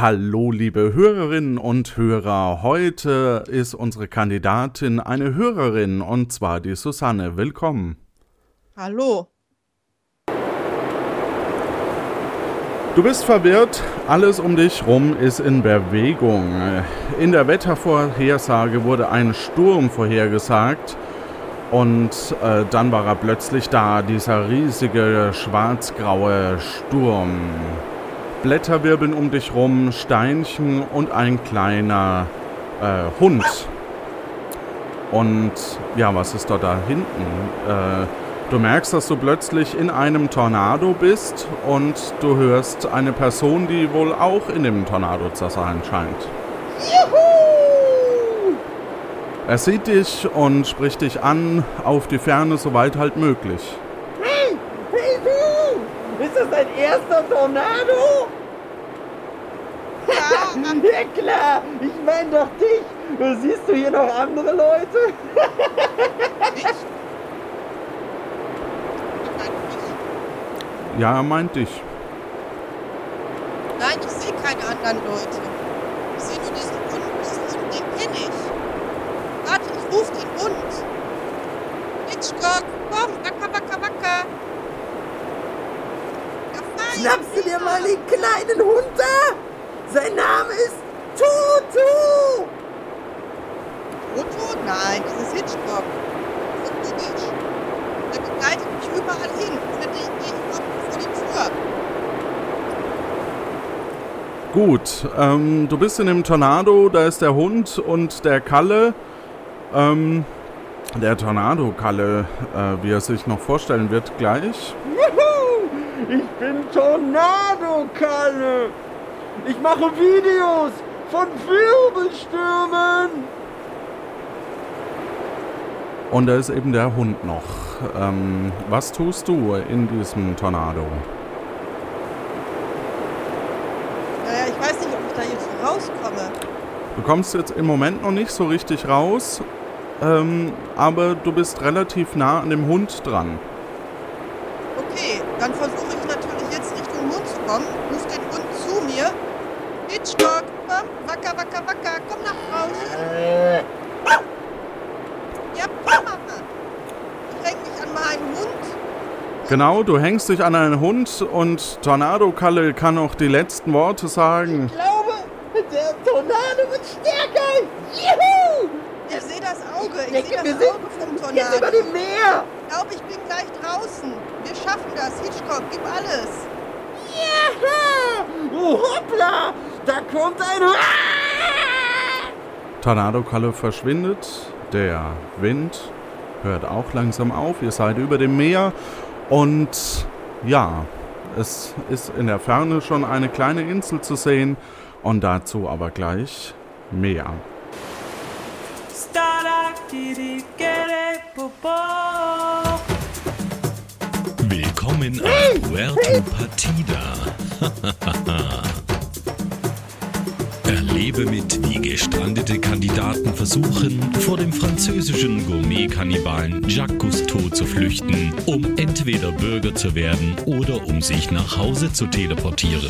Hallo liebe Hörerinnen und Hörer, heute ist unsere Kandidatin eine Hörerin und zwar die Susanne. Willkommen. Hallo. Du bist verwirrt, alles um dich rum ist in Bewegung. In der Wettervorhersage wurde ein Sturm vorhergesagt und dann war er plötzlich da, dieser riesige schwarz-graue Sturm. Blätter wirbeln um dich rum, Steinchen und ein kleiner Hund. Und ja, was ist da hinten? Du merkst, dass du plötzlich in einem Tornado bist und du hörst eine Person, die wohl auch in dem Tornado zu sein scheint. Juhu! Er sieht dich und spricht dich an, auf die Ferne, soweit halt möglich. Hey du! Ist das dein erster Tornado? Ja klar, ich meine doch dich. Siehst du hier noch andere Leute? Ja, er meint dich. Nein, ich sehe keine anderen Leute. Ich sehe nur diesen Hund. Den kenne ich. Warte, ich rufe den Hund. Hitchcock, komm, wacker, wacker, wacker. Ja, fein. Schnappst du dir mal den kleinen Hund da? Sein Name ist Tutu! Otto? Nein, das ist Hitchcock. Logisch. Der begleitet mich überall hin. Ohne den gehe ich überhaupt nicht vor die Tür. Gut, du bist in dem Tornado, da ist der Hund und der Kalle. Der Tornado-Kalle, wie er sich noch vorstellen wird, gleich. Juhu! Ich bin Tornado-Kalle! Ich mache Videos von Wirbelstürmen! Und da ist eben der Hund noch. Was tust du in diesem Tornado? Naja, ich weiß nicht, ob ich da jetzt so rauskomme. Du kommst jetzt im Moment noch nicht so richtig raus, aber du bist relativ nah an dem Hund dran. Okay, dann versuche ich natürlich jetzt Richtung Hund zu kommen. Ruf den Hund zu mir. Hitchcock, komm, wacker, wacker, wacker, komm nach draußen. Ja, komm mal. Ich häng mich an meinen Hund. Genau, du hängst dich an einen Hund und Tornado-Kalle kann auch die letzten Worte sagen. Ich glaube, der Tornado wird stärker! Juhu! Ich sehe das Auge, ich Wir sehe das sind Auge vom jetzt Tornado. über dem Meer! Ich glaube, ich bin gleich draußen. Wir schaffen das. Hitchcock, gib alles. Ja! Oh, hoppla! Da kommt ein... Tornado-Kalle verschwindet, der Wind hört auch langsam auf, ihr seid über dem Meer und ja, es ist in der Ferne schon eine kleine Insel zu sehen und dazu aber gleich mehr. Willkommen an Puerto Partida. Erlebe mit, wie gestrandete Kandidaten versuchen, vor dem französischen Gourmet-Kannibalen Jacques Cousteau zu flüchten, um entweder Bürger zu werden oder um sich nach Hause zu teleportieren.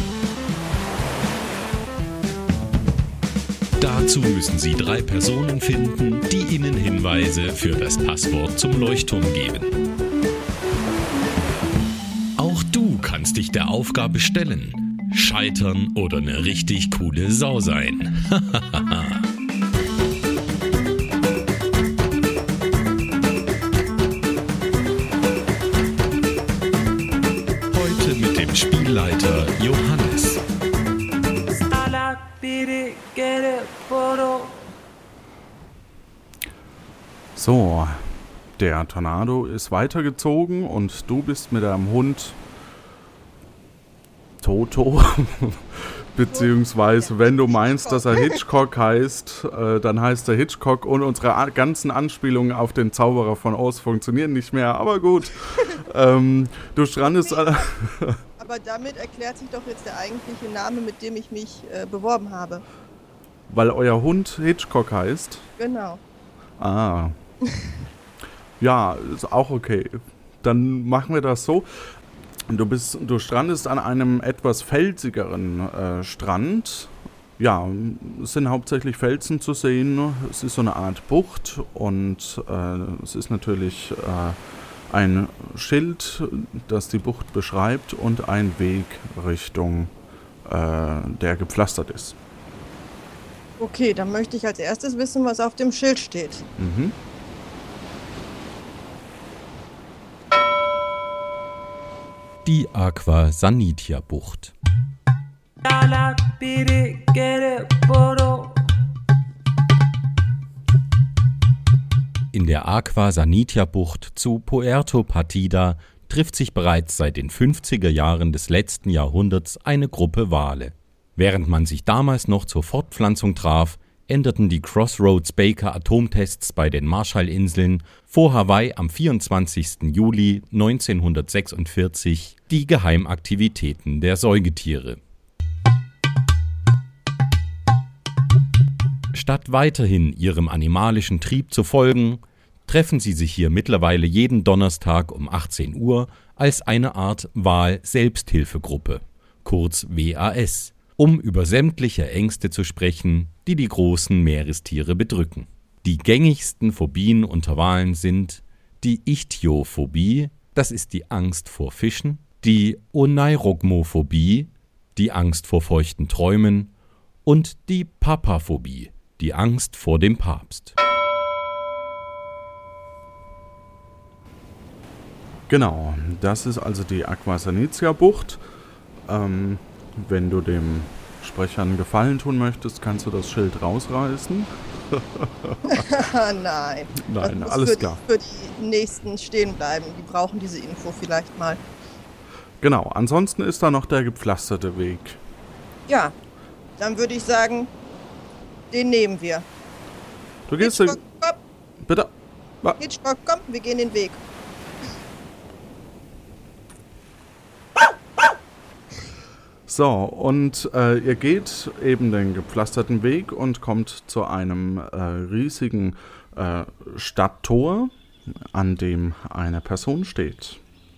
Dazu müssen Sie 3 Personen finden, die Ihnen Hinweise für das Passwort zum Leuchtturm geben. Auch du kannst dich der Aufgabe stellen. Scheitern oder eine richtig coole Sau sein. Heute mit dem Spielleiter Johannes. So, der Tornado ist weitergezogen und du bist mit deinem Hund Toto, beziehungsweise wenn du meinst, dass er Hitchcock heißt, dann heißt er Hitchcock und unsere ganzen Anspielungen auf den Zauberer von Oz funktionieren nicht mehr, aber gut. Du strandest... Aber damit erklärt sich doch jetzt der eigentliche Name, mit dem ich mich beworben habe. Weil euer Hund Hitchcock heißt? Genau. Ah. Ja, ist auch okay. Dann machen wir das so. Du strandest an einem etwas felsigeren Strand Ja, es sind hauptsächlich Felsen zu sehen. Es ist so eine Art Bucht und es ist natürlich ein Schild, das die Bucht beschreibt und ein Weg Richtung, der gepflastert ist. Okay, dann möchte ich als erstes wissen, was auf dem Schild steht. Mhm. Die Aqua Sanitia Bucht. In der Aqua Sanitia Bucht zu Puerto Partida trifft sich bereits seit den 50er Jahren des letzten Jahrhunderts eine Gruppe Wale. Während man sich damals noch zur Fortpflanzung traf, endeten die Crossroads-Baker-Atomtests bei den Marshallinseln vor Hawaii am 24. Juli 1946 die Geheimaktivitäten der Säugetiere. Statt weiterhin ihrem animalischen Trieb zu folgen, treffen sie sich hier mittlerweile jeden Donnerstag um 18 Uhr als eine Art Wal-Selbsthilfegruppe, kurz WAS, um über sämtliche Ängste zu sprechen, die die großen Meerestiere bedrücken. Die gängigsten Phobien unter Walen sind die Ichthyophobie, das ist die Angst vor Fischen, die Oneirogmophobie, die Angst vor feuchten Träumen und die Papaphobie, die Angst vor dem Papst. Genau, das ist also die Aqua Sanitia Bucht. Wenn du dem Sprecher einen Gefallen tun möchtest, kannst du das Schild rausreißen. Nein. Nein, das alles klar. Für die Nächsten stehen bleiben. Die brauchen diese Info vielleicht mal. Genau, ansonsten ist da noch der gepflasterte Weg. Ja, dann würde ich sagen, den nehmen wir. Du gehst Hitchcock, komm. bitte. Hitchcock, komm, wir gehen den Weg. So, und ihr geht eben den gepflasterten Weg und kommt zu einem riesigen Stadttor, an dem eine Person steht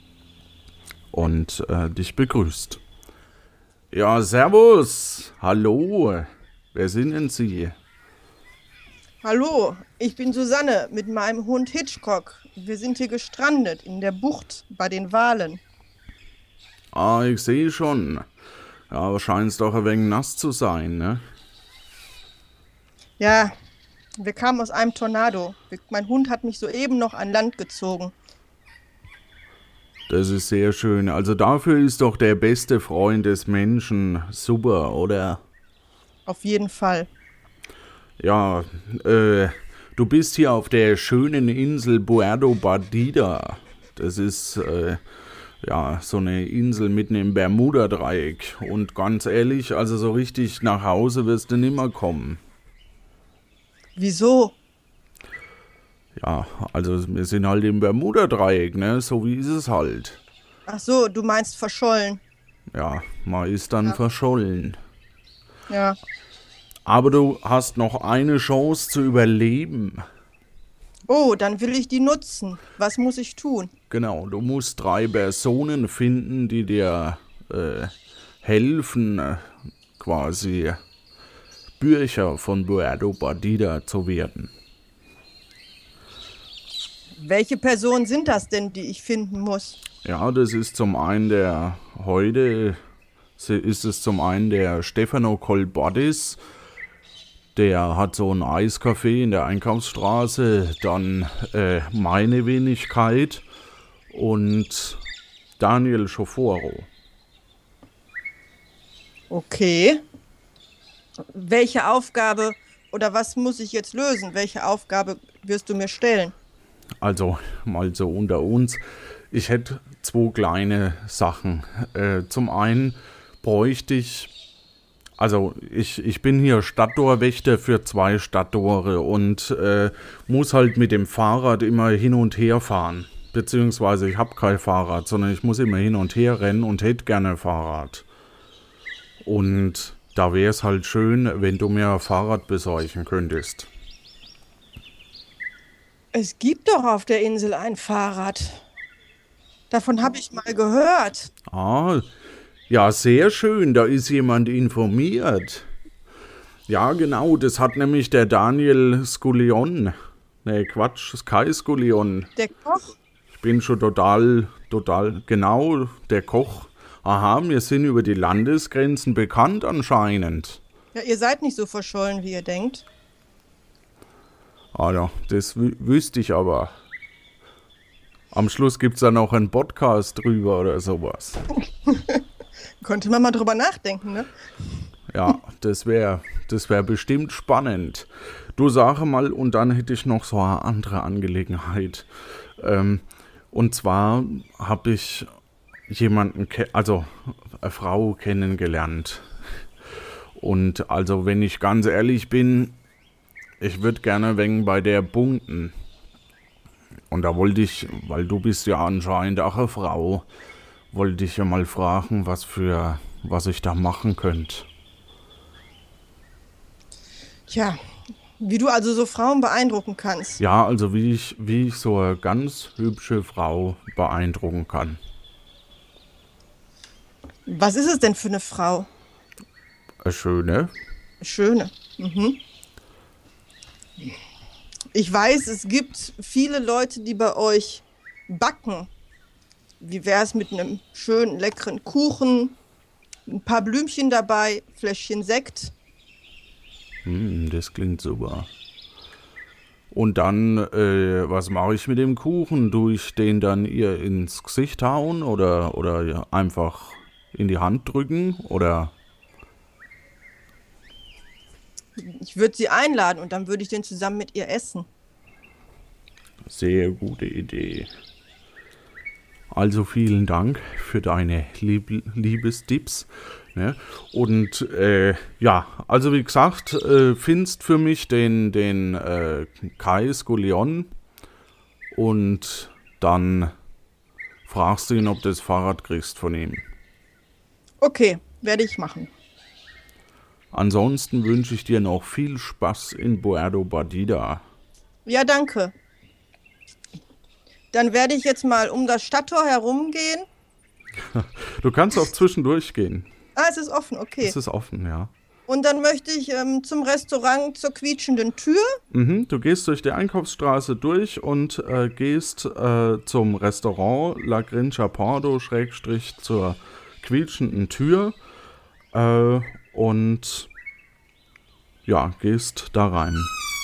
und dich begrüßt. Ja, servus, hallo, wer sind denn Sie? Hallo, ich bin Susanne mit meinem Hund Hitchcock. Wir sind hier gestrandet in der Bucht bei den Walen. Ah, ich sehe schon. Ja, aber scheint's doch ein wenig nass zu sein, ne? Ja, wir kamen aus einem Tornado. Mein Hund hat mich soeben noch an Land gezogen. Das ist sehr schön. Also dafür ist doch der beste Freund des Menschen super, oder? Auf jeden Fall. Ja, du bist hier auf der schönen Insel Puerto Partida. Das ist, ja, so eine Insel mitten im Bermuda-Dreieck. Und ganz ehrlich, also so richtig nach Hause wirst du nimmer kommen. Wieso? Ja, also wir sind halt im Bermuda-Dreieck, ne? So wie ist es halt. Ach so, du meinst verschollen. Ja, man ist dann verschollen. Ja. Aber du hast noch eine Chance zu überleben. Oh, dann will ich die nutzen. Was muss ich tun? Genau, du musst 3 Personen finden, die dir helfen, quasi Bürger von Puerto Partida zu werden. Welche Personen sind das denn, die ich finden muss? Ja, das ist zum einen der Stefano Colbordis. Der hat so ein Eiscafé in der Einkaufsstraße, dann meine Wenigkeit und Daniel Schoforo. Okay. Welche Aufgabe oder was muss ich jetzt lösen? Welche Aufgabe wirst du mir stellen? Also mal so unter uns. Ich hätte 2 kleine Sachen. Zum einen bräuchte ich, also ich bin hier Stadttorwächter für 2 Stadttore und muss halt mit dem Fahrrad immer hin und her fahren. Beziehungsweise ich habe kein Fahrrad, sondern ich muss immer hin und her rennen und hätte gerne ein Fahrrad. Und da wäre es halt schön, wenn du mir ein Fahrrad besorgen könntest. Es gibt doch auf der Insel ein Fahrrad. Davon habe ich mal gehört. Ah, ja, sehr schön, da ist jemand informiert. Ja, genau, das hat nämlich der Daniel Scullion. Nee, Quatsch, Kai Scullion. Der Koch? Ich bin schon total, genau, der Koch. Aha, wir sind über die Landesgrenzen bekannt anscheinend. Ja, ihr seid nicht so verschollen, wie ihr denkt. Ah ja, das wüsste ich aber. Am Schluss gibt's da noch einen Podcast drüber oder sowas. Könnte man mal drüber nachdenken, ne? Ja, das wär bestimmt spannend. Du sage mal, und dann hätte ich noch so eine andere Angelegenheit. Und zwar habe ich jemanden, also eine Frau kennengelernt. Und also, wenn ich ganz ehrlich bin, ich würde gerne wegen bei der punkten. Und da wollte ich, weil du bist ja anscheinend auch eine Frau, wollte ich ja mal fragen, was ich da machen könnte. Tja, wie du also so Frauen beeindrucken kannst. Ja, also wie ich so eine ganz hübsche Frau beeindrucken kann. Was ist es denn für eine Frau? Eine schöne. Schöne. Mhm. Ich weiß, es gibt viele Leute, die bei euch backen. Wie wäre es mit einem schönen, leckeren Kuchen, ein paar Blümchen dabei, Fläschchen Sekt? Das klingt super. Und dann, was mache ich mit dem Kuchen? Tue ich den dann ihr ins Gesicht hauen oder einfach in die Hand drücken? Oder? Ich würde sie einladen und dann würde ich den zusammen mit ihr essen. Sehr gute Idee. Also vielen Dank für deine Liebestipps. Ne? Und ja, also wie gesagt, findest für mich den Kai Scullion und dann fragst du ihn, ob du das Fahrrad kriegst von ihm. Okay, werde ich machen. Ansonsten wünsche ich dir noch viel Spaß in Puerto Partida. Ja, danke. Dann werde ich jetzt mal um das Stadttor herumgehen. Du kannst auch zwischendurch gehen. Ah, es ist offen, okay. Es ist offen, ja. Und dann möchte ich zum Restaurant zur quietschenden Tür. Du gehst durch die Einkaufsstraße durch und gehst zum Restaurant La Grincha Porto / zur quietschenden Tür und ja, gehst da rein.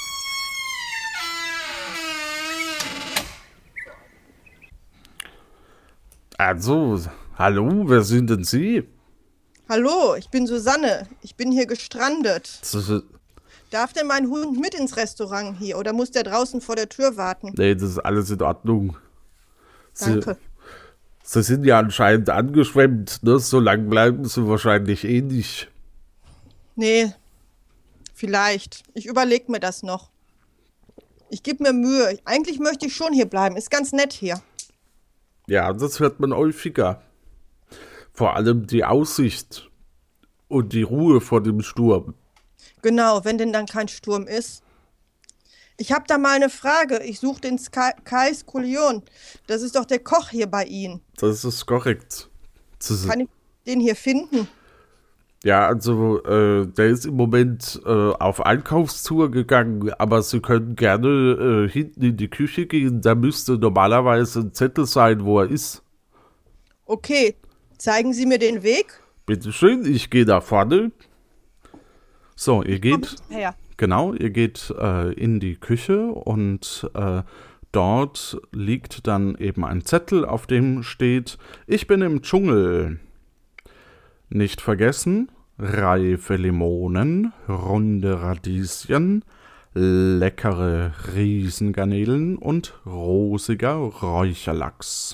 Also, hallo, wer sind denn Sie? Hallo, ich bin Susanne. Ich bin hier gestrandet. Darf denn mein Hund mit ins Restaurant hier oder muss der draußen vor der Tür warten? Nee, das ist alles in Ordnung. Danke. Sie sind ja anscheinend angeschwemmt, ne? So lang bleiben Sie wahrscheinlich eh nicht. Nee, vielleicht. Ich überlege mir das noch. Ich gebe mir Mühe. Eigentlich möchte ich schon hier bleiben. Ist ganz nett hier. Ja, das hört man häufiger. Vor allem die Aussicht und die Ruhe vor dem Sturm. Genau, wenn denn dann kein Sturm ist. Ich habe da mal eine Frage. Ich suche den Kai Scullion. Das ist doch der Koch hier bei Ihnen. Das ist korrekt. Kann ich den hier finden? Ja, also der ist im Moment auf Einkaufstour gegangen, aber Sie können gerne hinten in die Küche gehen. Da müsste normalerweise ein Zettel sein, wo er ist. Okay, zeigen Sie mir den Weg. Bitteschön, ich gehe da vorne. So, ihr geht, Ja. genau, ihr geht in die Küche und dort liegt dann eben ein Zettel, auf dem steht: Ich bin im Dschungel. Nicht vergessen, reife Limonen, runde Radieschen, leckere Riesengarnelen und rosiger Räucherlachs.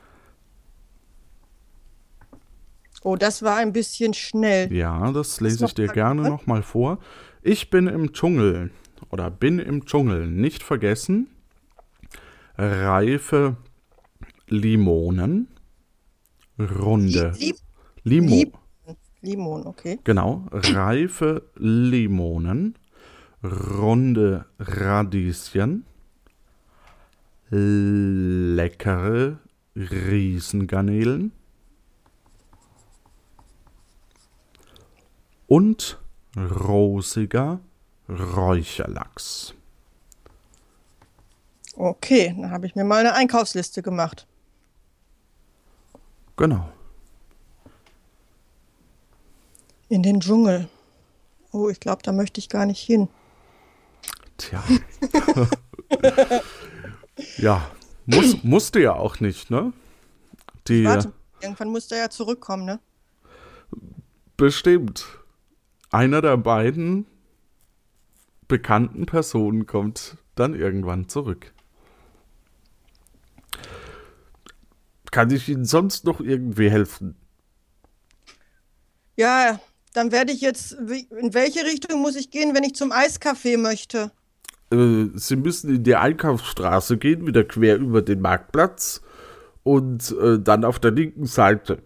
Oh, das war ein bisschen schnell. Ja, das lese ich dir noch gerne mal? nochmal vor. Ich bin im Dschungel oder bin im Dschungel. Nicht vergessen, reife Limonen, runde Limon, okay. Genau, reife Limonen, runde Radieschen, leckere Riesengarnelen und rosiger Räucherlachs. Okay, dann habe ich mir mal eine Einkaufsliste gemacht. Genau. In den Dschungel. Oh, ich glaube, da möchte ich gar nicht hin. Tja. Ja, musste ja auch nicht, ne? Warte, irgendwann muss der ja zurückkommen, ne? Bestimmt. Einer der beiden bekannten Personen kommt dann irgendwann zurück. Kann ich Ihnen sonst noch irgendwie helfen? Ja, dann werde ich jetzt. In welche Richtung muss ich gehen, wenn ich zum Eiscafé möchte? Sie müssen in die Einkaufsstraße gehen, wieder quer über den Marktplatz und dann auf der linken Seite.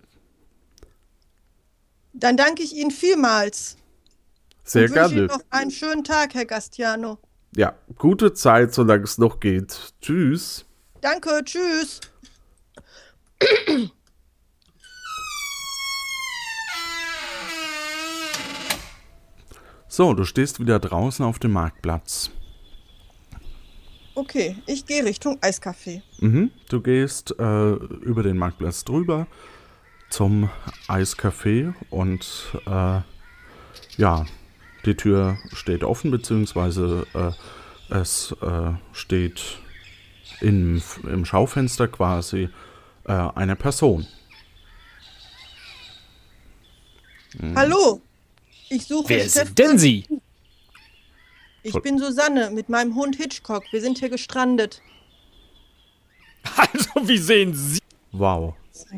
Dann danke ich Ihnen vielmals. Sehr und wünsche gerne. Ihnen noch einen schönen Tag, Herr Gastiano. Ja, gute Zeit, solange es noch geht. Tschüss. Danke, tschüss. So, du stehst wieder draußen auf dem Marktplatz. Okay, ich gehe Richtung Eiscafé. Du gehst über den Marktplatz drüber zum Eiscafé und ja, die Tür steht offen, beziehungsweise es steht im Schaufenster quasi eine Person. Hallo, ich suche Wer Stefan. sind denn Sie? Ich bin Susanne mit meinem Hund Hitchcock. Wir sind hier gestrandet. Also, wie sehen Sie? Wow.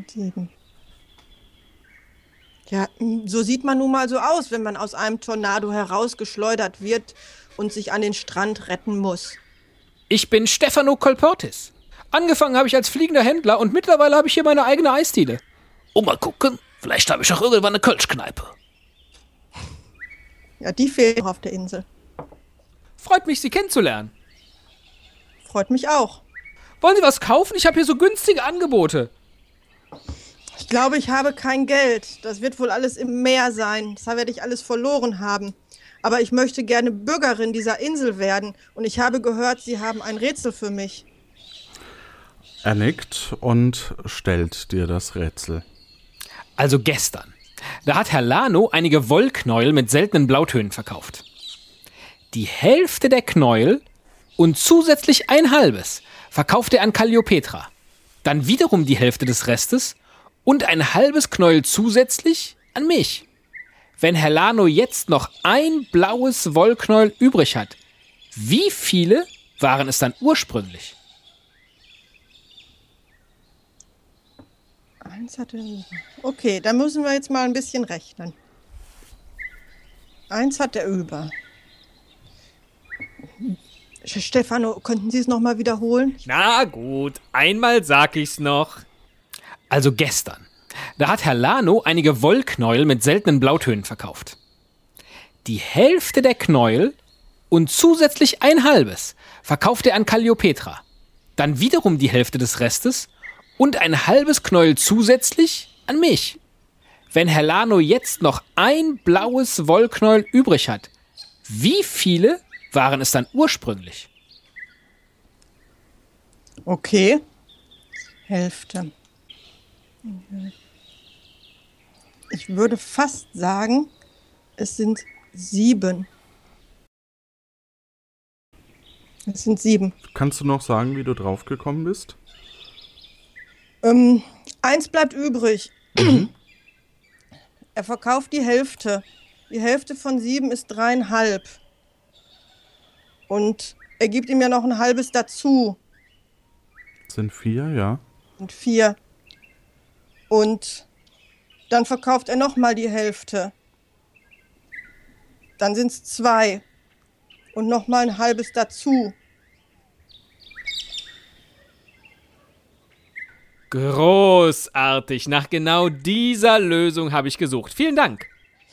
Ja, so sieht man nun mal so aus, wenn man aus einem Tornado herausgeschleudert wird und sich an den Strand retten muss. Ich bin Stefano Colportis. Angefangen habe ich als fliegender Händler und mittlerweile habe ich hier meine eigene Eisdiele. Oh, mal gucken. Vielleicht habe ich auch irgendwann eine Kölschkneipe. Ja, die fehlt noch auf der Insel. Freut mich, Sie kennenzulernen. Freut mich auch. Wollen Sie was kaufen? Ich habe hier so günstige Angebote. Ich glaube, ich habe kein Geld. Das wird wohl alles im Meer sein. Das werde ich alles verloren haben. Aber ich möchte gerne Bürgerin dieser Insel werden. Und ich habe gehört, Sie haben ein Rätsel für mich. Er nickt und stellt dir das Rätsel. Also gestern. Da hat Herr Lano einige Wollknäuel mit seltenen Blautönen verkauft. Die Hälfte der Knäuel und zusätzlich ein halbes verkaufte er an Calliopetra. Dann wiederum die Hälfte des Restes und ein halbes Knäuel zusätzlich an mich. Wenn Herr Lano jetzt noch ein blaues Wollknäuel übrig hat, wie viele waren es dann ursprünglich? Eins hatte. Okay, dann müssen wir jetzt mal ein bisschen rechnen. Eins hat er über. Stefano, könnten Sie es nochmal wiederholen? Na gut, einmal sag ich's noch. Also gestern. Da hat Herr Lano einige Wollknäuel mit seltenen Blautönen verkauft. Die Hälfte der Knäuel und zusätzlich ein halbes verkaufte er an Calliopetra. Dann wiederum die Hälfte des Restes und ein halbes Knäuel zusätzlich an mich. Wenn Herr Lano jetzt noch ein blaues Wollknäuel übrig hat, wie viele waren es dann ursprünglich? Okay. Hälfte. Ich würde fast sagen, es sind 7. Es sind 7. Kannst du noch sagen, wie du draufgekommen bist? 1 bleibt übrig. Er verkauft die Hälfte. Die Hälfte von 7 ist 3,5. Und er gibt ihm ja noch ein halbes dazu. Sind 4, ja. Und 4. Und dann verkauft er nochmal die Hälfte. Dann sind es 2. Und nochmal ein halbes dazu. Großartig. Nach genau dieser Lösung habe ich gesucht. Vielen Dank.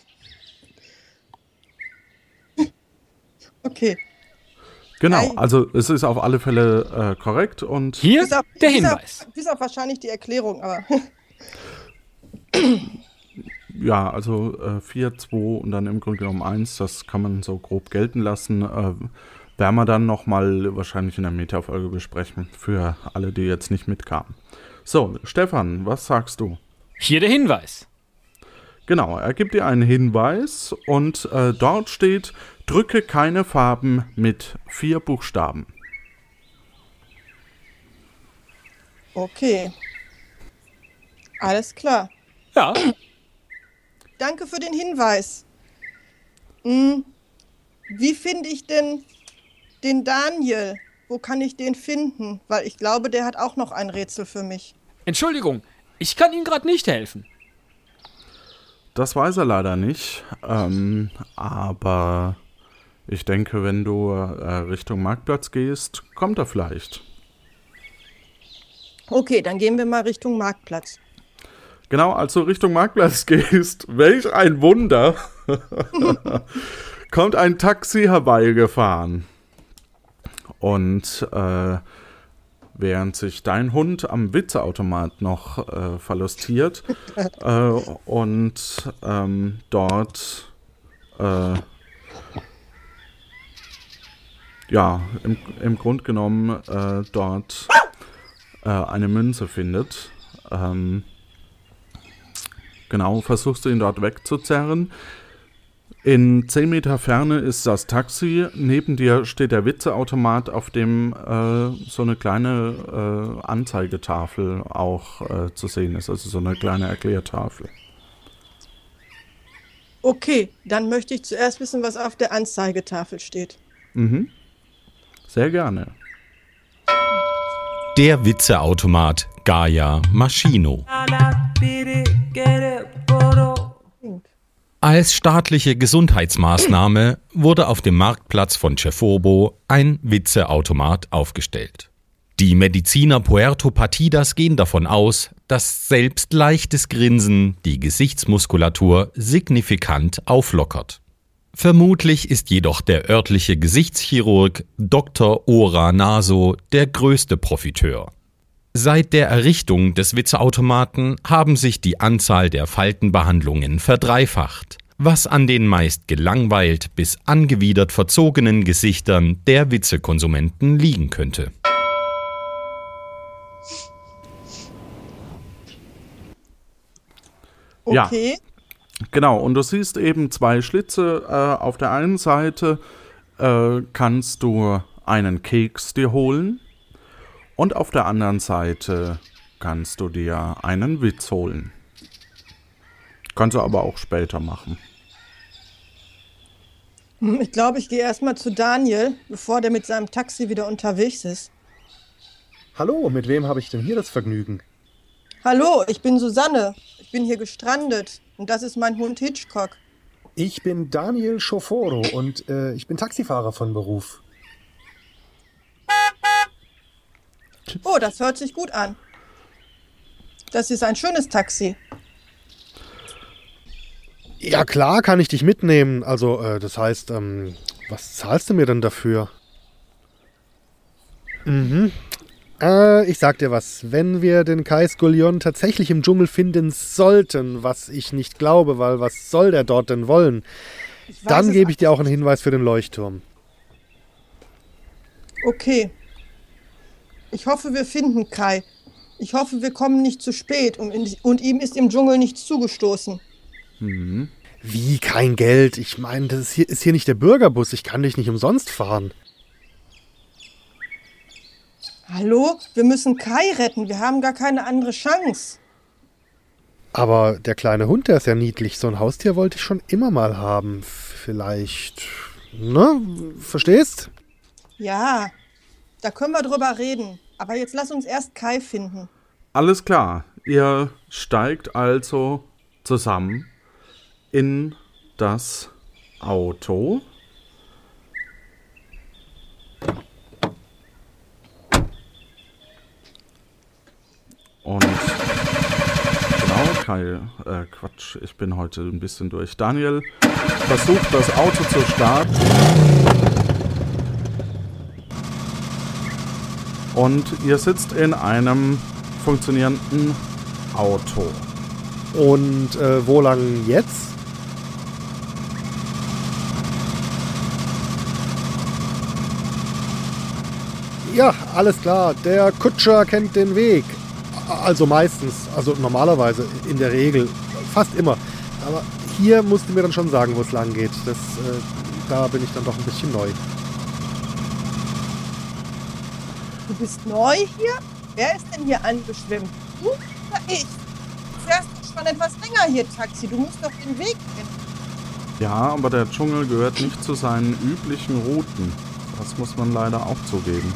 Okay. Genau, also es ist auf alle Fälle korrekt und Hier der Hinweis. Bis auf wahrscheinlich die Erklärung, aber Ja, also 4, 2 und dann im Grunde genommen 1, das kann man so grob gelten lassen. Werden wir dann nochmal wahrscheinlich in der Metafolge besprechen, für alle, die jetzt nicht mitkamen. So, Stefan, was sagst du? Hier der Hinweis. Genau, er gibt dir einen Hinweis und dort steht, drücke keine Farben mit 4 Buchstaben. Okay. Alles klar. Ja, Danke für den Hinweis. Wie finde ich denn den Daniel? Wo kann ich den finden? Weil ich glaube, der hat auch noch ein Rätsel für mich. Entschuldigung, ich kann Ihnen gerade nicht helfen. Das weiß er leider nicht, aber ich denke, wenn du Richtung Marktplatz gehst, kommt er vielleicht. Okay, dann gehen wir mal Richtung Marktplatz. Genau, als du Richtung Marktplatz gehst, welch ein Wunder, kommt ein Taxi herbeigefahren. Und während sich dein Hund am Witzeautomat noch verlustiert und dort im Grunde genommen dort eine Münze findet, genau, versuchst du ihn dort wegzuzerren. In 10 Meter Ferne ist das Taxi, neben dir steht der Witzeautomat, auf dem so eine kleine Anzeigetafel auch zu sehen ist, also so eine kleine Erklärtafel. Okay, dann möchte ich zuerst wissen, was auf der Anzeigetafel steht. Sehr gerne. Der Witzeautomat Gaia Maschino. Als staatliche Gesundheitsmaßnahme wurde auf dem Marktplatz von Ceforbo ein Witzeautomat aufgestellt. Die Mediziner Puerto Partidas gehen davon aus, dass selbst leichtes Grinsen die Gesichtsmuskulatur signifikant auflockert. Vermutlich ist jedoch der örtliche Gesichtschirurg Dr. Ora Naso der größte Profiteur. Seit der Errichtung des Witzeautomaten haben sich die Anzahl der Faltenbehandlungen verdreifacht, was an den meist gelangweilt bis angewidert verzogenen Gesichtern der Witzekonsumenten liegen könnte. Okay. Ja, genau. Und du siehst eben 2 Schlitze. Auf der einen Seite kannst du einen Keks dir holen. Und auf der anderen Seite kannst du dir einen Witz holen. Kannst du aber auch später machen. Ich glaube, ich gehe erstmal zu Daniel, bevor der mit seinem Taxi wieder unterwegs ist. Hallo, mit wem habe ich denn hier das Vergnügen? Hallo, ich bin Susanne. Ich bin hier gestrandet. Und das ist mein Hund Hitchcock. Ich bin Daniel Schoforo und ich bin Taxifahrer von Beruf. Oh, das hört sich gut an. Das ist ein schönes Taxi. Ja klar, kann ich dich mitnehmen. Also, das heißt, was zahlst du mir denn dafür? Ich sag dir was. Wenn wir den Kai Skullion tatsächlich im Dschungel finden sollten, was ich nicht glaube, weil was soll der dort denn wollen? Dann gebe ich dir auch einen Hinweis für den Leuchtturm. Okay. Ich hoffe, wir finden Kai. Ich hoffe, wir kommen nicht zu spät und ihm ist im Dschungel nichts zugestoßen. Wie, kein Geld? Ich meine, das ist hier nicht der Bürgerbus. Ich kann dich nicht umsonst fahren. Hallo? Wir müssen Kai retten. Wir haben gar keine andere Chance. Aber der kleine Hund, der ist ja niedlich. So ein Haustier wollte ich schon immer mal haben. Vielleicht, ne? Verstehst? Ja, da können wir drüber reden. Aber jetzt lass uns erst Kai finden. Alles klar. Ihr steigt also zusammen in das Auto. Und genau, Kai, Quatsch, ich bin heute ein bisschen durch. Daniel versucht, das Auto zu starten. Und ihr sitzt in einem funktionierenden Auto. Und wo lang jetzt? Ja, alles klar. Der Kutscher kennt den Weg. Also meistens, also normalerweise, in der Regel, fast immer. Aber hier musst du mir dann schon sagen, wo es lang geht. Da bin ich dann doch ein bisschen neu. Du bist neu hier? Wer ist denn hier angeschwemmt? Du oder ich? Du fährst doch schon etwas länger hier Taxi. Du musst doch den Weg kennen. Ja, aber der Dschungel gehört nicht zu seinen üblichen Routen. Das muss man leider auch zugeben.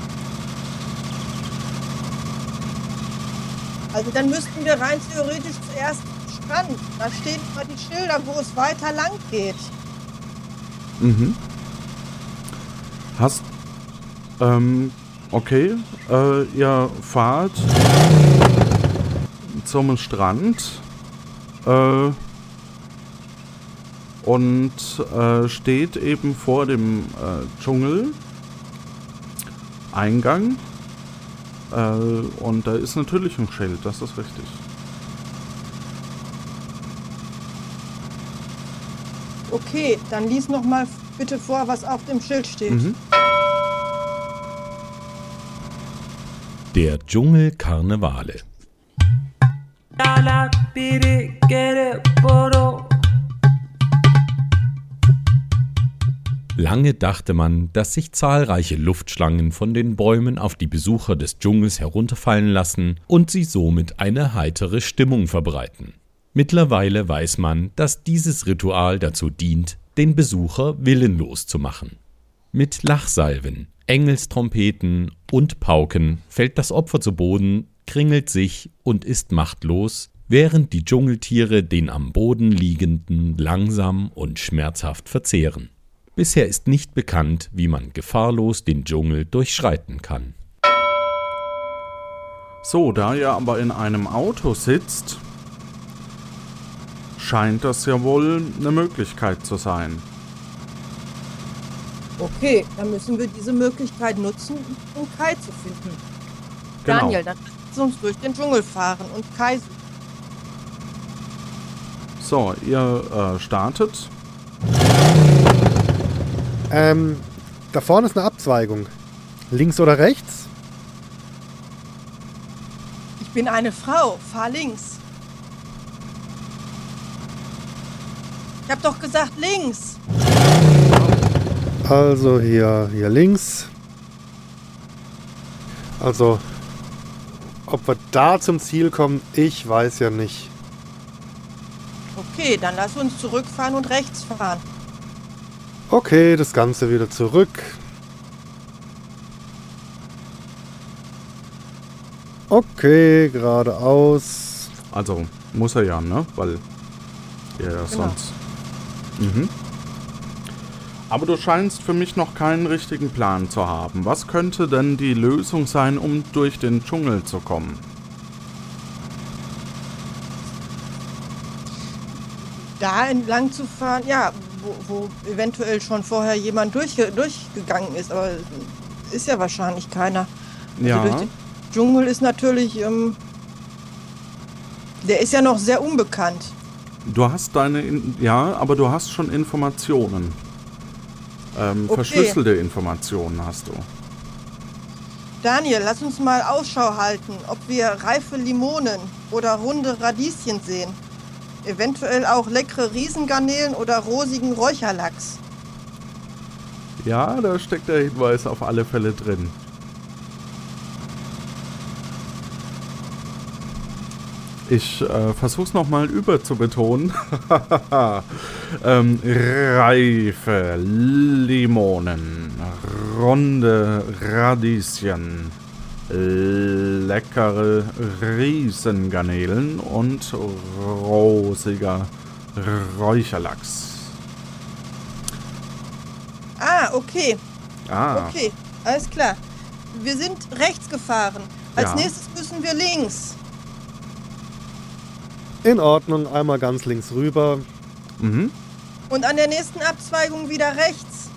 Also dann müssten wir rein theoretisch zuerst zum Strand. Da stehen immer die Schilder, wo es weiter lang geht. Mhm. Okay, ihr fahrt zum Strand und steht eben vor dem Dschungel-Eingang. Und da ist natürlich ein Schild, das ist richtig. Okay, dann lies noch mal bitte vor, was auf dem Schild steht. Mhm. Der Dschungel-Karnevale. Lange dachte man, dass sich zahlreiche Luftschlangen von den Bäumen auf die Besucher des Dschungels herunterfallen lassen und sie somit eine heitere Stimmung verbreiten. Mittlerweile weiß man, dass dieses Ritual dazu dient, den Besucher willenlos zu machen. Mit Lachsalven, Engelstrompeten und Pauken fällt das Opfer zu Boden, kringelt sich und ist machtlos, während die Dschungeltiere den am Boden liegenden langsam und schmerzhaft verzehren. Bisher ist nicht bekannt, wie man gefahrlos den Dschungel durchschreiten kann. So, da ihr aber in einem Auto sitzt, scheint das ja wohl eine Möglichkeit zu sein. Okay, dann müssen wir diese Möglichkeit nutzen, um Kai zu finden. Genau. Daniel, dann lass uns durch den Dschungel fahren und Kai suchen. So, ihr startet. Da vorne ist eine Abzweigung. Links oder rechts? Ich bin eine Frau, fahr links. Ich hab doch gesagt links. Also hier links. Also, ob wir da zum Ziel kommen, ich weiß ja nicht. Okay, dann lass uns zurückfahren und rechts fahren. Okay, das Ganze wieder zurück. Okay, geradeaus. Also, muss er ja, ne? Weil ihr ja sonst... Mhm. Aber du scheinst für mich noch keinen richtigen Plan zu haben. Was könnte denn die Lösung sein, um durch den Dschungel zu kommen? Da entlang zu fahren, ja, wo eventuell schon vorher jemand durchgegangen ist, aber ist ja wahrscheinlich keiner. Also Ja. durch den Dschungel ist natürlich, der ist ja noch sehr unbekannt. Du hast aber du hast schon Informationen. Okay. Verschlüsselte Informationen hast du. Daniel, lass uns mal Ausschau halten, ob wir reife Limonen oder runde Radieschen sehen. Eventuell auch leckere Riesengarnelen oder rosigen Räucherlachs. Ja, da steckt der Hinweis auf alle Fälle drin. Ich versuch's nochmal überzubetonen. Reife Limonen, runde Radieschen, leckere Riesengarnelen und rosiger Räucherlachs. Ah, okay. Ah, Okay, alles klar. Wir sind rechts gefahren. Als Ja. nächstes müssen wir links. In Ordnung, einmal ganz links rüber. mhm. Und an der nächsten Abzweigung wieder rechts.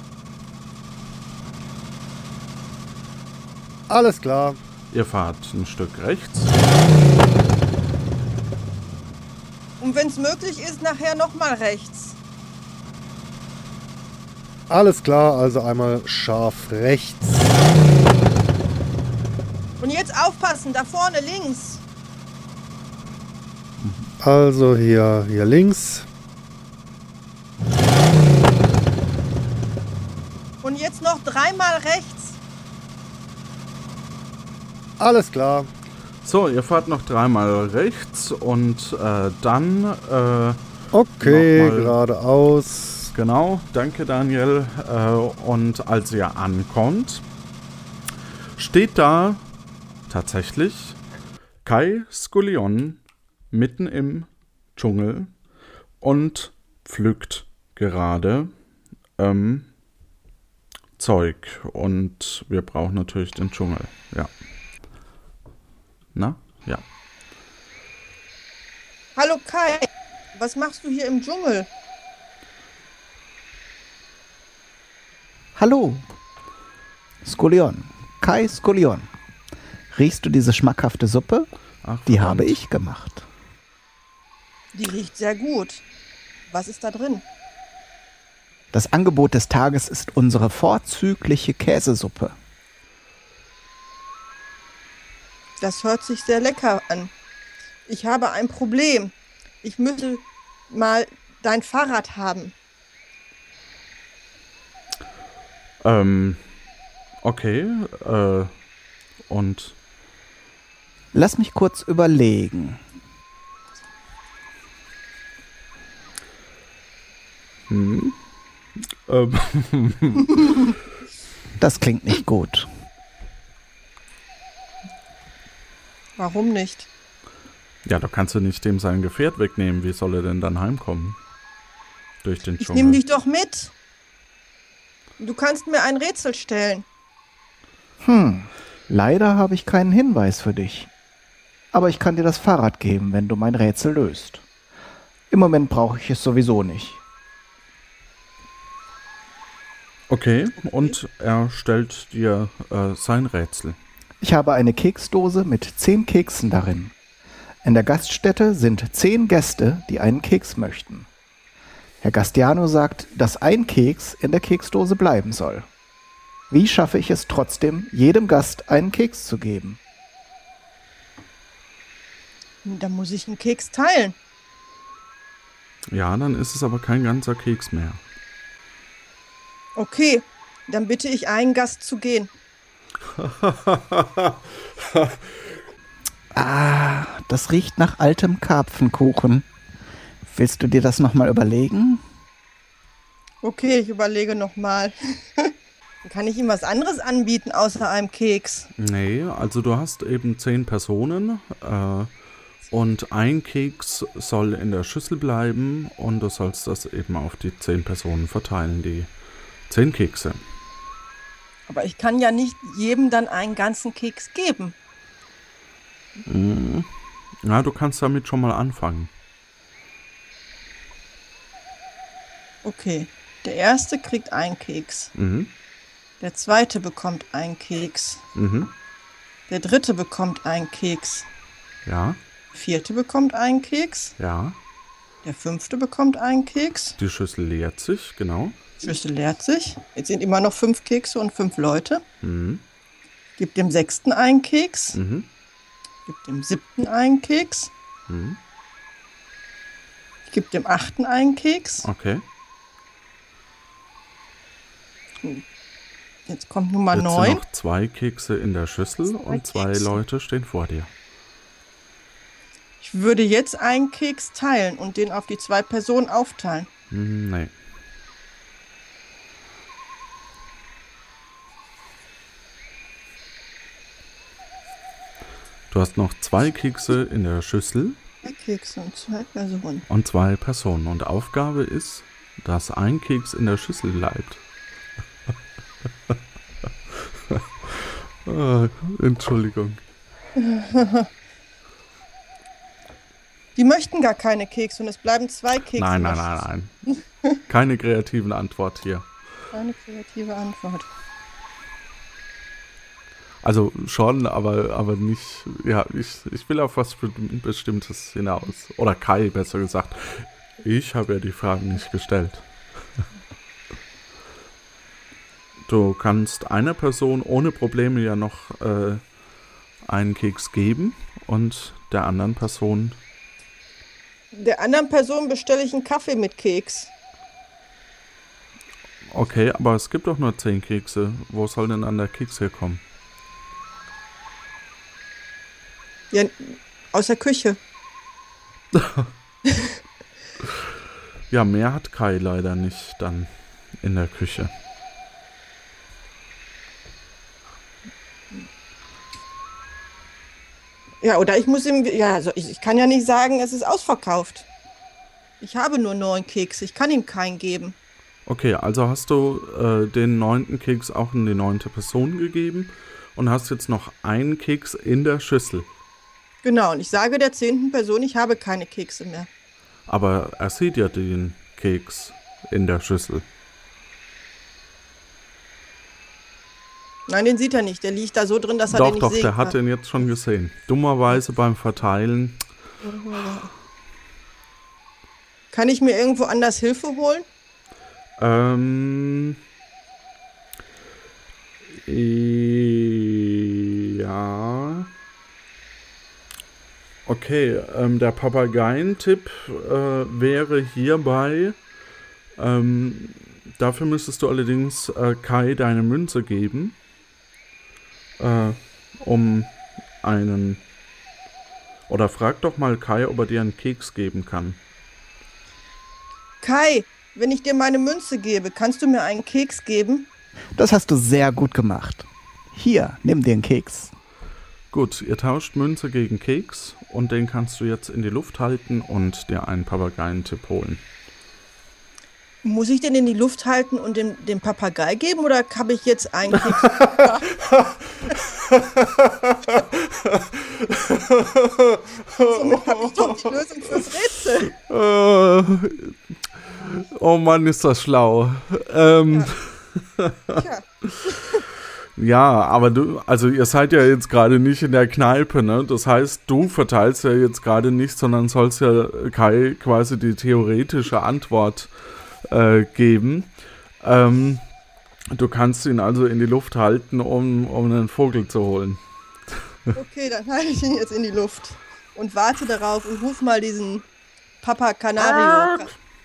Alles klar. Ihr fahrt ein Stück rechts. Und wenn es möglich ist, nachher nochmal rechts. Alles klar, also einmal scharf rechts. Und jetzt aufpassen, da vorne links. Also hier links. Und jetzt noch 3-mal rechts. Alles klar. So, ihr fahrt noch 3-mal rechts und dann Okay, nochmal- geradeaus. Genau, danke Daniel. Und als ihr ankommt, steht da tatsächlich Kai Skullion mitten im Dschungel und pflückt gerade Zeug. Und wir brauchen natürlich den Dschungel. Ja. Na? Ja. Hallo Kai, was machst du hier im Dschungel? Hallo, Skullion, Kai Skullion. Riechst du diese schmackhafte Suppe? Ach, Die verdammt. habe ich gemacht. Die riecht sehr gut. Was ist da drin? Das Angebot des Tages ist unsere vorzügliche Käsesuppe. Das hört sich sehr lecker an. Ich habe ein Problem. Ich müsste mal dein Fahrrad haben. Okay, und Lass mich kurz überlegen. Das klingt nicht gut. Warum nicht? ja, da kannst du nicht dem sein Gefährt wegnehmen. Wie soll er denn dann heimkommen? Durch den Ich Dschungel. nehme dich doch mit. Du kannst mir ein Rätsel stellen. Leider habe ich keinen Hinweis für dich. Aber ich kann dir das Fahrrad geben, wenn du mein Rätsel löst. Im Moment brauche ich es sowieso nicht. Okay, und er stellt dir sein Rätsel. Ich habe eine Keksdose mit 10 Keksen darin. In der Gaststätte sind 10 Gäste, die einen Keks möchten. Herr Gastiano sagt, dass ein Keks in der Keksdose bleiben soll. Wie schaffe ich es trotzdem, jedem Gast einen Keks zu geben? Da muss ich einen Keks teilen. Ja, dann ist es aber kein ganzer Keks mehr. Okay, dann bitte ich einen Gast zu gehen. Das riecht nach altem Karpfenkuchen. Willst du dir das nochmal überlegen? Okay, ich überlege nochmal. Kann ich ihm was anderes anbieten außer einem Keks? Nee, also du hast eben 10 Personen und ein Keks soll in der Schüssel bleiben und du sollst das eben auf die 10 Personen verteilen, die 10 Kekse. Aber ich kann ja nicht jedem dann einen ganzen Keks geben. Ja, du kannst damit schon mal anfangen. Okay, der erste kriegt einen Keks. Mhm. Der zweite bekommt einen Keks. Mhm. Der dritte bekommt einen Keks. Ja, Der vierte bekommt einen Keks. ja. Der fünfte bekommt einen Keks. Die Schüssel leert sich, genau. Die Schüssel leert sich. Jetzt sind immer noch 5 Kekse und 5 Leute. Mhm. Gib dem sechsten einen Keks. Mhm. Gib dem siebten einen Keks. Mhm. Ich gebe dem achten einen Keks. Okay. Jetzt kommt Nummer Jetzt sind 9. noch 2 Kekse in der Schüssel und 2 Kekse. Leute stehen vor dir. Ich würde jetzt einen Keks teilen und den auf die 2 Personen aufteilen. Nee. Du hast noch 2 Kekse in der Schüssel 2 Kekse und 2 Personen. und 2 Personen. Und Aufgabe ist, dass ein Keks in der Schüssel bleibt. Entschuldigung. Die möchten gar keine Kekse und es bleiben 2 Kekse. Nein, in der nein, nein, Schüssel. nein. Keine kreativen Antwort hier. Keine kreative Antwort. Also schon, aber nicht, ja, ich will auf was Bestimmtes hinaus. Oder Kai, besser gesagt. Ich habe ja die Fragen nicht gestellt. Du kannst einer Person ohne Probleme ja noch einen Keks geben und der anderen Person... Der anderen Person bestelle ich einen Kaffee mit Keks. Okay, aber es gibt doch nur 10 Kekse. Wo soll denn dann der Keks herkommen? Ja, aus der Küche. Ja, mehr hat Kai leider nicht dann in der Küche. Ja, oder ich muss ihm... Ja, also ich kann ja nicht sagen, es ist ausverkauft. Ich habe nur 9 Kekse. Ich kann ihm keinen geben. Okay, also hast du den 9. Keks auch in die 9. Person gegeben und hast jetzt noch einen Keks in der Schüssel. Genau, und ich sage der 10. Person, ich habe keine Kekse mehr. Aber er sieht ja den Keks in der Schüssel. Nein, den sieht er nicht. Der liegt da so drin, dass er den nicht sehen kann. Doch, der hat den jetzt schon gesehen. Dummerweise beim Verteilen. Kann ich mir irgendwo anders Hilfe holen? Ja. Okay, der Papageientipp wäre hierbei, dafür müsstest du allerdings Kai deine Münze geben, um einen, oder frag doch mal Kai, ob er dir einen Keks geben kann. Kai, wenn ich dir meine Münze gebe, kannst du mir einen Keks geben? Das hast du sehr gut gemacht. Hier, nimm dir einen Keks. Gut, ihr tauscht Münze gegen Keks und den kannst du jetzt in die Luft halten und dir einen Papageientipp holen. Muss ich den in die Luft halten und dem Papagei geben oder habe ich jetzt einen Keks? Somit habe ich doch die Lösung fürs Rätsel. Oh Mann, ist das schlau. Tja. Ja, aber ihr seid ja jetzt gerade nicht in der Kneipe, ne? Das heißt, du verteilst ja jetzt gerade nicht, sondern sollst ja Kai quasi die theoretische Antwort geben. Du kannst ihn also in die Luft halten, um einen Vogel zu holen. Okay, dann halte ich ihn jetzt in die Luft und warte darauf und ruf mal diesen Papa Canario.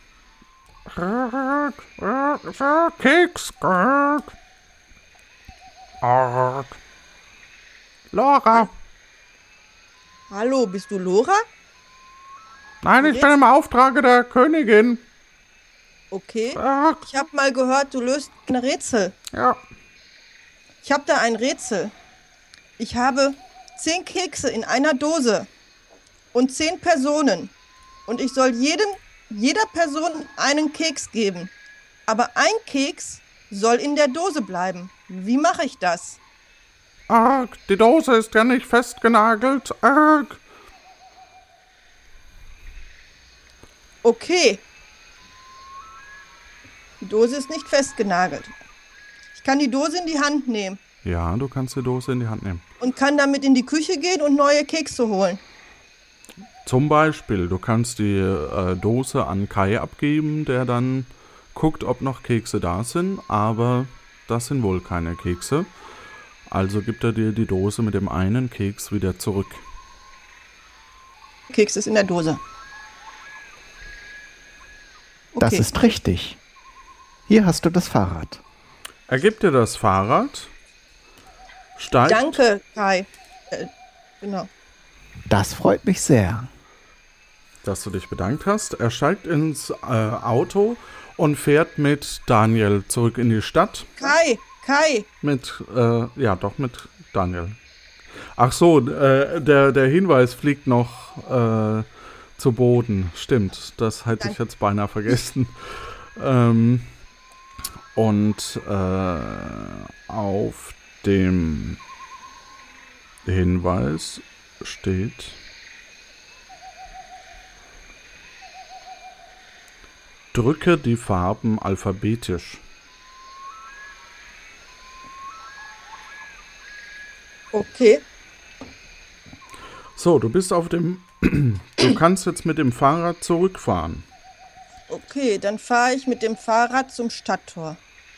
Keks. Lora. Hallo, bist du Lora? Nein, ich bin im Auftrage der Königin. Okay. Ich habe mal gehört, du löst ein Rätsel. Ja. Ich habe da ein Rätsel. Ich habe 10 Kekse in einer Dose und 10 Personen. Und ich soll jeder Person einen Keks geben. Aber ein Keks soll in der Dose bleiben. Wie mache ich das? Die Dose ist ja nicht festgenagelt. Okay. Die Dose ist nicht festgenagelt. Ich kann die Dose in die Hand nehmen. Ja, du kannst die Dose in die Hand nehmen. Und kann damit in die Küche gehen und neue Kekse holen. Zum Beispiel, du kannst die Dose an Kai abgeben, der dann guckt, ob noch Kekse da sind, aber das sind wohl keine Kekse. Also gibt er dir die Dose mit dem einen Keks wieder zurück. Keks ist in der Dose. Okay. Das ist richtig. Hier hast du das Fahrrad. Er gibt dir das Fahrrad. Steigt. Danke, Kai. Genau. Das freut mich sehr. Dass du dich bedankt hast. Er steigt ins Auto und fährt mit Daniel zurück in die Stadt. Kai! Mit Daniel. Ach so, der Hinweis fliegt noch zu Boden. Stimmt, das hätte ich jetzt beinahe vergessen. Und auf dem Hinweis steht: Drücke die Farben alphabetisch. Okay. So, du bist auf dem... Du kannst jetzt mit dem Fahrrad zurückfahren. Okay, dann fahre ich mit dem Fahrrad zum Stadttor.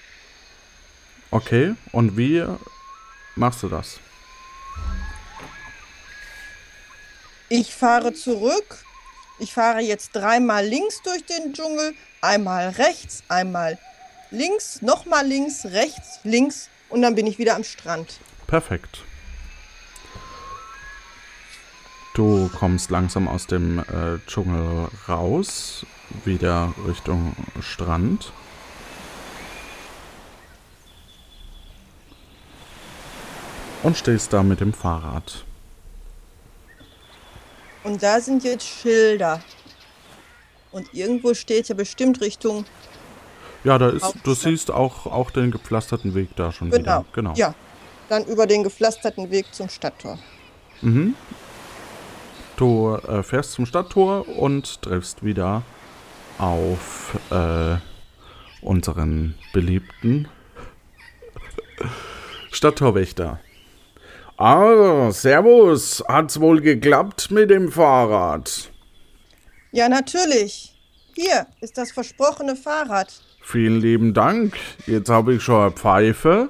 Okay, und wie machst du das? Ich fahre zurück. Ich fahre jetzt 3-mal links durch den Dschungel, einmal rechts, einmal links, nochmal links, rechts, links und dann bin ich wieder am Strand. Perfekt. Du kommst langsam aus dem Dschungel raus, wieder Richtung Strand. Und stehst da mit dem Fahrrad. Und da sind jetzt Schilder. Und irgendwo steht ja bestimmt Richtung... Ja, da ist, du siehst auch den gepflasterten Weg da schon wieder. Genau. Ja, dann über den gepflasterten Weg zum Stadttor. Mhm. Du fährst zum Stadttor und triffst wieder auf unseren beliebten Stadttorwächter. Ah, servus. Hat's wohl geklappt mit dem Fahrrad? Ja, natürlich. Hier ist das versprochene Fahrrad. Vielen lieben Dank. Jetzt habe ich schon eine Pfeife.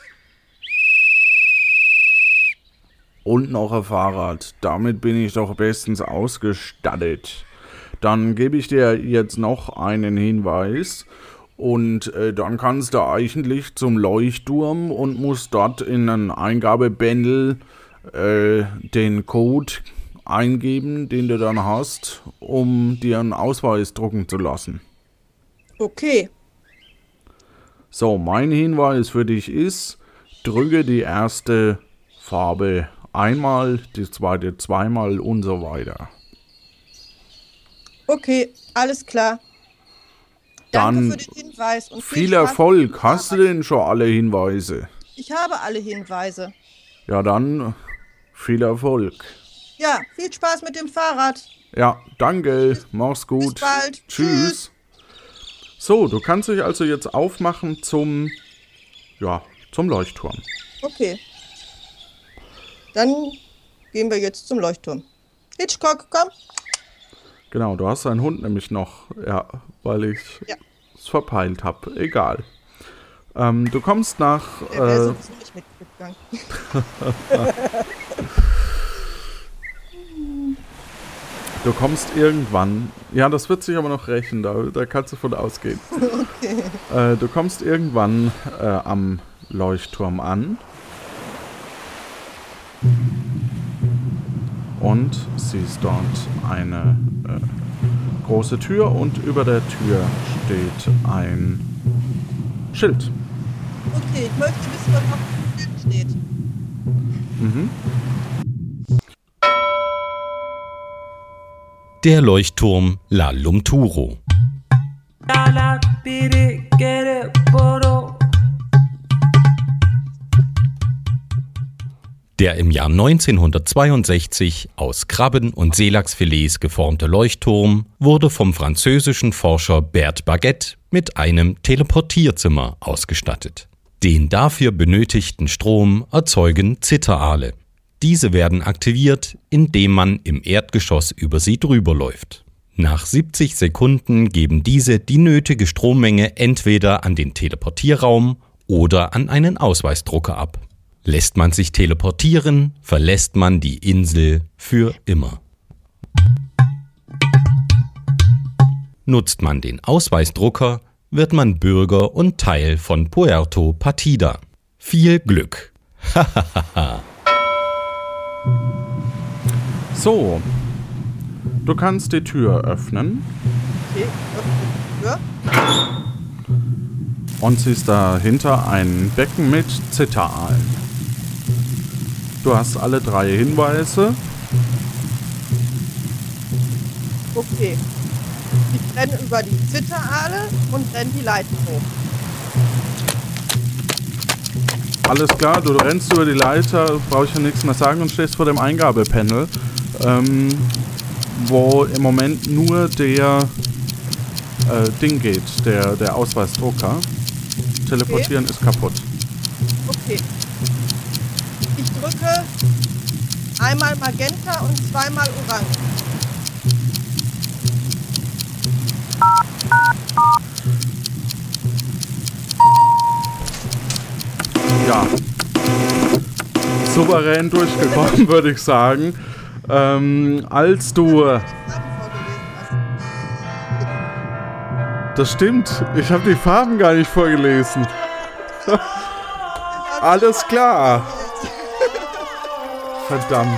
Und noch ein Fahrrad. Damit bin ich doch bestens ausgestattet. Dann gebe ich dir jetzt noch einen Hinweis. Und dann kannst du eigentlich zum Leuchtturm und musst dort in ein Eingabebändel den Code eingeben, den du dann hast, um dir einen Ausweis drucken zu lassen. Okay. So, mein Hinweis für dich ist, drücke die erste Farbe einmal, die zweite zweimal und so weiter. Okay, alles klar. Dann Danke für den Hinweis und viel Erfolg. Hast du denn schon alle Hinweise? Ich habe alle Hinweise. Ja, dann viel Erfolg. Ja, viel Spaß mit dem Fahrrad. Ja, danke. Mach's gut. Bis bald. Tschüss. So, du kannst dich also jetzt aufmachen zum Leuchtturm. Okay. Dann gehen wir jetzt zum Leuchtturm. Hitchcock, komm. Genau, du hast einen Hund nämlich noch, ja, weil ich es verpeilt habe. Egal. Du kommst nach... Der wäre sowieso nicht mitgegangen. Du kommst irgendwann... Ja, das wird sich aber noch rächen, da kannst du von ausgehen. Okay. Du kommst irgendwann am Leuchtturm an. Und siehst dort eine große Tür und über der Tür steht ein Schild. Okay, ich möchte wissen, was auf dem Schild steht. Mhm. Der Leuchtturm La Lumturo. Der im Jahr 1962 aus Krabben- und Seelachsfilets geformte Leuchtturm wurde vom französischen Forscher Bert Baguette mit einem Teleportierzimmer ausgestattet. Den dafür benötigten Strom erzeugen Zitteraale. Diese werden aktiviert, indem man im Erdgeschoss über sie drüber läuft. Nach 70 Sekunden geben diese die nötige Strommenge entweder an den Teleportierraum oder an einen Ausweisdrucker ab. Lässt man sich teleportieren, verlässt man die Insel für immer. Nutzt man den Ausweisdrucker, wird man Bürger und Teil von Puerto Partida. Viel Glück! Hahaha. So, du kannst die Tür öffnen. Okay, öffne die Tür. Und siehst dahinter ein Becken mit Zitteraalen. Du hast alle 3 Hinweise. Okay. Ich renne über die Zitteraale und renne die Leiter hoch. Alles klar, du rennst über die Leiter, brauche ich ja nichts mehr sagen und stehst vor dem Eingabepanel, wo im Moment nur der Ding geht, der Ausweisdrucker. Teleportieren ist kaputt. Okay. Ich drücke einmal Magenta und zweimal Orange. Ja. Souverän durchgekommen, würde ich sagen. Als du... Das stimmt, ich habe die Farben gar nicht vorgelesen. Alles klar. Verdammt.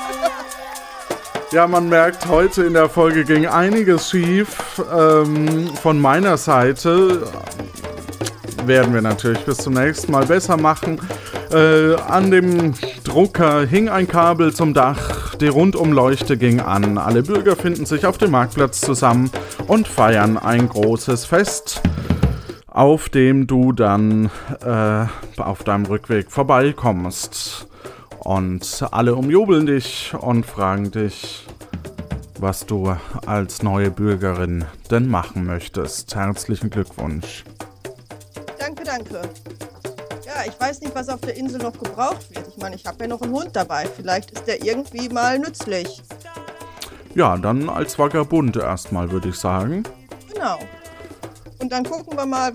Ja, man merkt, heute in der Folge ging einiges schief. Von meiner Seite werden wir natürlich bis zum nächsten Mal besser machen. An dem Drucker hing ein Kabel zum Dach, die Rundumleuchte ging an. Alle Bürger finden sich auf dem Marktplatz zusammen und feiern ein großes Fest, auf dem du dann auf deinem Rückweg vorbeikommst. Und alle umjubeln dich und fragen dich, was du als neue Bürgerin denn machen möchtest. Herzlichen Glückwunsch. Danke, danke. Ja, ich weiß nicht, was auf der Insel noch gebraucht wird. Ich meine, ich habe ja noch einen Hund dabei. Vielleicht ist der irgendwie mal nützlich. Ja, dann als Vagabund erstmal, würde ich sagen. Genau. Und dann gucken wir mal,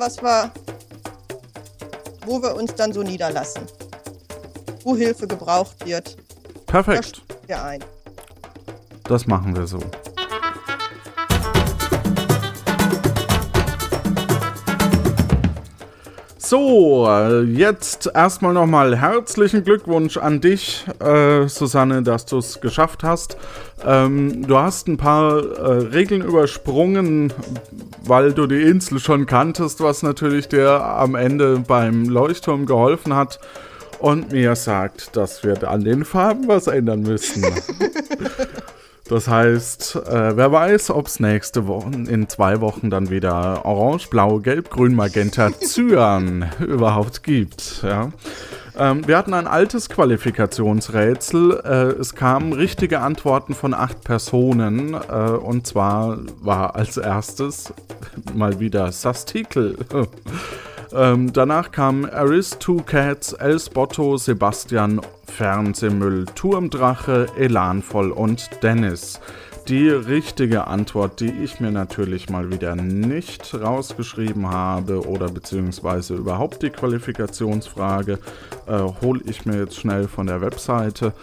wo wir uns dann so niederlassen. Wo Hilfe gebraucht wird. Perfekt. Da steigen wir ein. Das machen wir so. So, jetzt erstmal nochmal herzlichen Glückwunsch an dich, Susanne, dass du es geschafft hast. Du hast ein paar Regeln übersprungen, weil du die Insel schon kanntest, was natürlich dir am Ende beim Leuchtturm geholfen hat. Und mir sagt, dass wir an den Farben was ändern müssen. Das heißt, wer weiß, ob es nächste Woche, in 2 Wochen dann wieder Orange, Blau, Gelb, Grün, Magenta, Cyan überhaupt gibt. Ja. Wir hatten ein altes Qualifikationsrätsel. Es kamen richtige Antworten von 8 Personen. Und zwar war als erstes mal wieder Sastikel. Danach kamen Aris, Two Cats, Elsbotto, Sebastian, Fernsehmüll, Turmdrache, Elanvoll und Dennis. Die richtige Antwort, die ich mir natürlich mal wieder nicht rausgeschrieben habe oder beziehungsweise überhaupt die Qualifikationsfrage, hole ich mir jetzt schnell von der Webseite,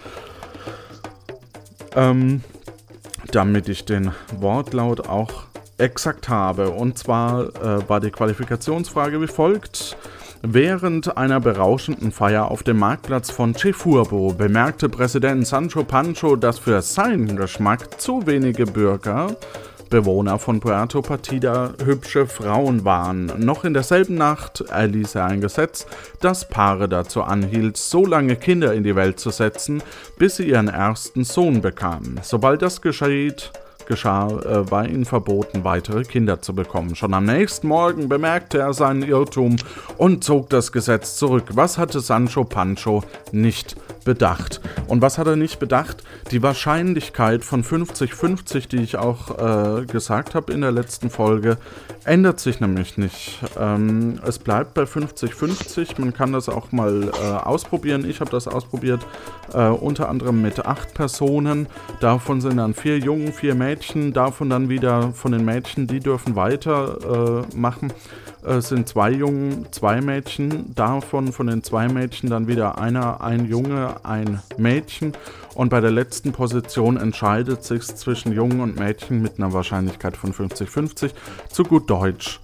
damit ich den Wortlaut auch exakt habe. Und zwar war die Qualifikationsfrage wie folgt. Während einer berauschenden Feier auf dem Marktplatz von Chefurbo bemerkte Präsident Sancho Pancho, dass für seinen Geschmack zu wenige Bewohner von Puerto Partida hübsche Frauen waren. Noch in derselben Nacht erließ er ein Gesetz, das Paare dazu anhielt, so lange Kinder in die Welt zu setzen, bis sie ihren ersten Sohn bekamen. Sobald das geschah, war ihnen verboten, weitere Kinder zu bekommen. Schon am nächsten Morgen bemerkte er seinen Irrtum und zog das Gesetz zurück. Was hatte Sancho Pancho nicht bedacht? Und was hat er nicht bedacht? Die Wahrscheinlichkeit von 50-50, die ich auch gesagt habe in der letzten Folge, ändert sich nämlich nicht. Es bleibt bei 50-50. Man kann das auch mal ausprobieren. Ich habe das ausprobiert, unter anderem mit 8 Personen. Davon sind dann 4 Jungen, 4 Mädchen. Davon dann wieder von den Mädchen, die dürfen weitermachen. Sind 2 Jungen, 2 Mädchen. Davon von den 2 Mädchen dann wieder ein Junge, ein Mädchen. Und bei der letzten Position entscheidet sich zwischen Jungen und Mädchen mit einer Wahrscheinlichkeit von 50-50. Zu gut Deutsch.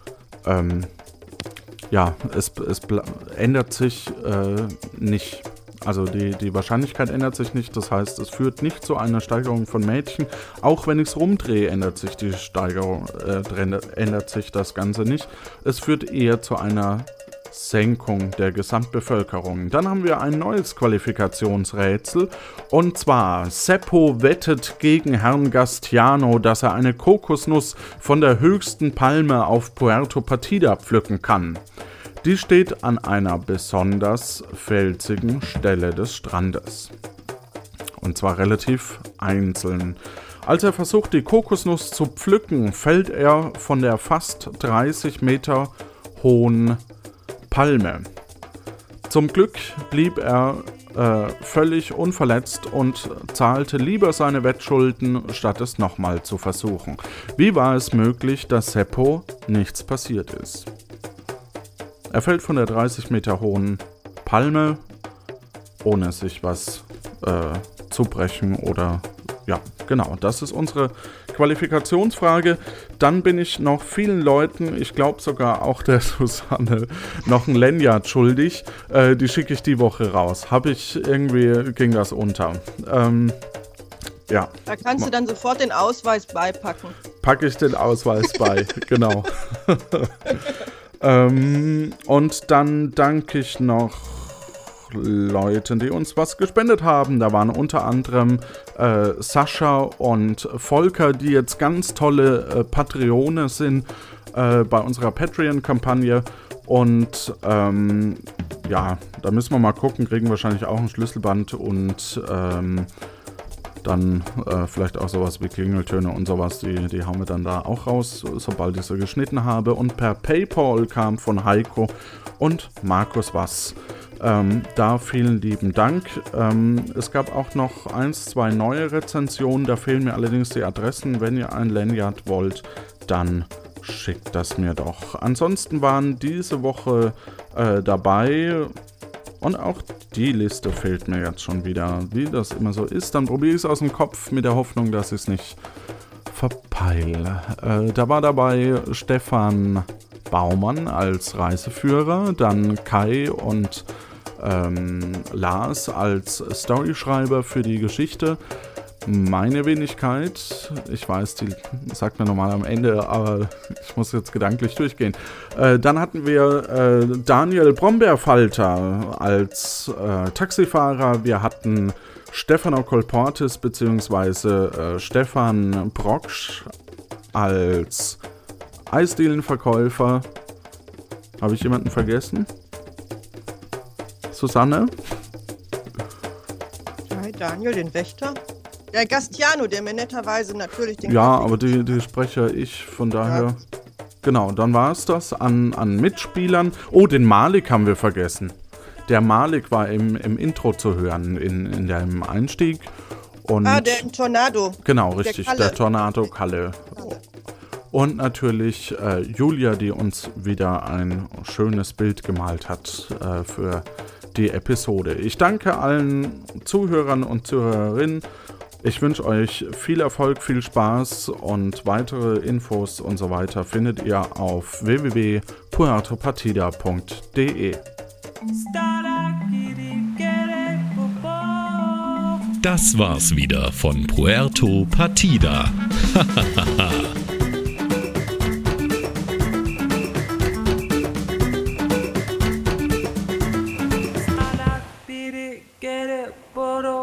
Es ändert sich nicht. Also die Wahrscheinlichkeit ändert sich nicht, das heißt, es führt nicht zu einer Steigerung von Mädchen. Auch wenn ich es rumdrehe, ändert sich das Ganze nicht. Es führt eher zu einer Senkung der Gesamtbevölkerung. Dann haben wir ein neues Qualifikationsrätsel und zwar Seppo wettet gegen Herrn Gastiano, dass er eine Kokosnuss von der höchsten Palme auf Puerto Partida pflücken kann. Die steht an einer besonders felsigen Stelle des Strandes. Und zwar relativ einzeln. Als er versucht, die Kokosnuss zu pflücken, fällt er von der fast 30 Meter hohen Palme. Zum Glück blieb er völlig unverletzt und zahlte lieber seine Wettschulden, statt es nochmal zu versuchen. Wie war es möglich, dass Seppo nichts passiert ist? Er fällt von der 30 Meter hohen Palme, ohne sich was zu brechen oder... Ja, genau, das ist unsere Qualifikationsfrage. Dann bin ich noch vielen Leuten, ich glaube sogar auch der Susanne, noch ein Lanyard schuldig. Die schicke ich die Woche raus. Ging das unter. Ja. Da kannst du dann sofort den Ausweis beipacken. Packe ich den Ausweis bei, genau. Und dann danke ich noch Leuten, die uns was gespendet haben. Da waren unter anderem Sascha und Volker, die jetzt ganz tolle Patreone sind bei unserer Patreon-Kampagne. Und ja, da müssen wir mal gucken, kriegen wahrscheinlich auch ein Schlüsselband und dann vielleicht auch sowas wie Klingeltöne und sowas, die hauen wir dann da auch raus, sobald ich sie geschnitten habe. Und per PayPal kam von Heiko und Markus was. Da vielen lieben Dank. Es gab auch noch 1, 2 neue Rezensionen, da fehlen mir allerdings die Adressen. Wenn ihr ein Lanyard wollt, dann schickt das mir doch. Ansonsten waren diese Woche dabei und auch die Liste fehlt mir jetzt schon wieder, wie das immer so ist. Dann probiere ich es aus dem Kopf mit der Hoffnung, dass ich es nicht verpeile. Da war dabei Stefan Baumann als Reiseführer, dann Kai und Lars als Storyschreiber für die Geschichte. Meine Wenigkeit, ich weiß, die sagt mir normal am Ende, aber ich muss jetzt gedanklich durchgehen. Dann hatten wir Daniel Brombeerfalter als Taxifahrer. Wir hatten Stefano Kolportis bzw. Stefan Brocksch als Eisdielenverkäufer. Habe ich jemanden vergessen? Susanne? Ja, Daniel, den Wächter. Der Gastiano, der mir netterweise natürlich den Ja, Kaffee aber die spreche ich, von daher... Ja. Genau, dann war es das an Mitspielern. Oh, den Malik haben wir vergessen. Der Malik war im Intro zu hören, in dem Einstieg. Und der im Tornado. Genau, richtig, der Tornado Kalle. Und natürlich Julia, die uns wieder ein schönes Bild gemalt hat für die Episode. Ich danke allen Zuhörern und Zuhörerinnen. Ich wünsche euch viel Erfolg, viel Spaß und weitere Infos und so weiter findet ihr auf www.puertopartida.de. Das war's wieder von Puerto Partida. Por